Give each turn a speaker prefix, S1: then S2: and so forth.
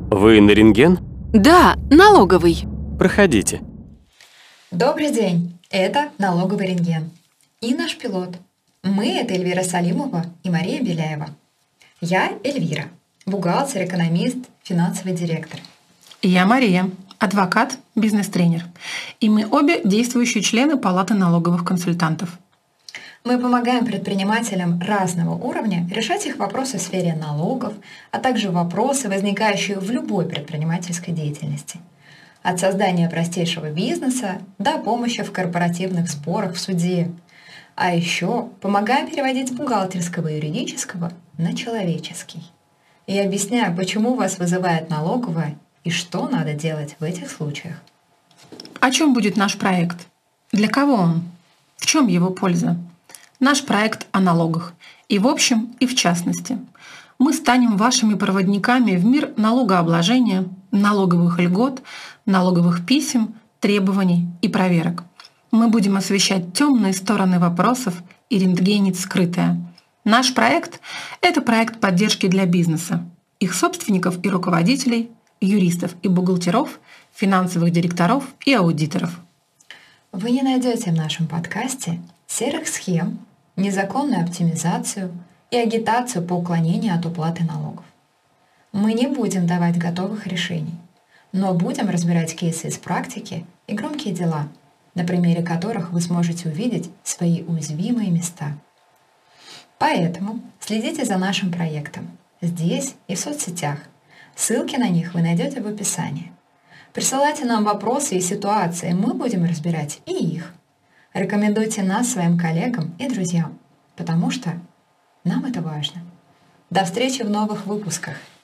S1: Вы на рентген?
S2: Да, налоговый.
S1: Проходите.
S3: Добрый день, это налоговый рентген. И наш пилот. Мы — это Эльвира Салимова и Мария Беляева. Я Эльвира, бухгалтер, экономист, финансовый директор.
S4: Я Мария, адвокат, бизнес-тренер. И мы обе действующие члены Палаты налоговых консультантов.
S3: Мы помогаем предпринимателям разного уровня решать их вопросы в сфере налогов, а также вопросы, возникающие в любой предпринимательской деятельности. От создания простейшего бизнеса до помощи в корпоративных спорах в суде. А еще помогаем переводить с бухгалтерского и юридического на человеческий. И объясняю, почему вас вызывает налоговая и что надо делать в этих случаях.
S4: О чем будет наш проект? Для кого он? В чем его польза? Наш проект о налогах. И в общем, и в частности. Мы станем вашими проводниками в мир налогообложения, налоговых льгот, налоговых писем, требований и проверок. Мы будем освещать темные стороны вопросов и рентгенить скрытое. Наш проект — это проект поддержки для бизнеса, их собственников и руководителей, юристов и бухгалтеров, финансовых директоров и аудиторов.
S3: Вы не найдете в нашем подкасте серых схем, незаконную оптимизацию и агитацию по уклонению от уплаты налогов. Мы не будем давать готовых решений, но будем разбирать кейсы из практики и громкие дела, на примере которых вы сможете увидеть свои уязвимые места. Поэтому следите за нашим проектом здесь и в соцсетях. Ссылки на них вы найдете в описании. Присылайте нам вопросы и ситуации, мы будем разбирать и их. Рекомендуйте нас своим коллегам и друзьям, потому что нам это важно. До встречи в новых выпусках.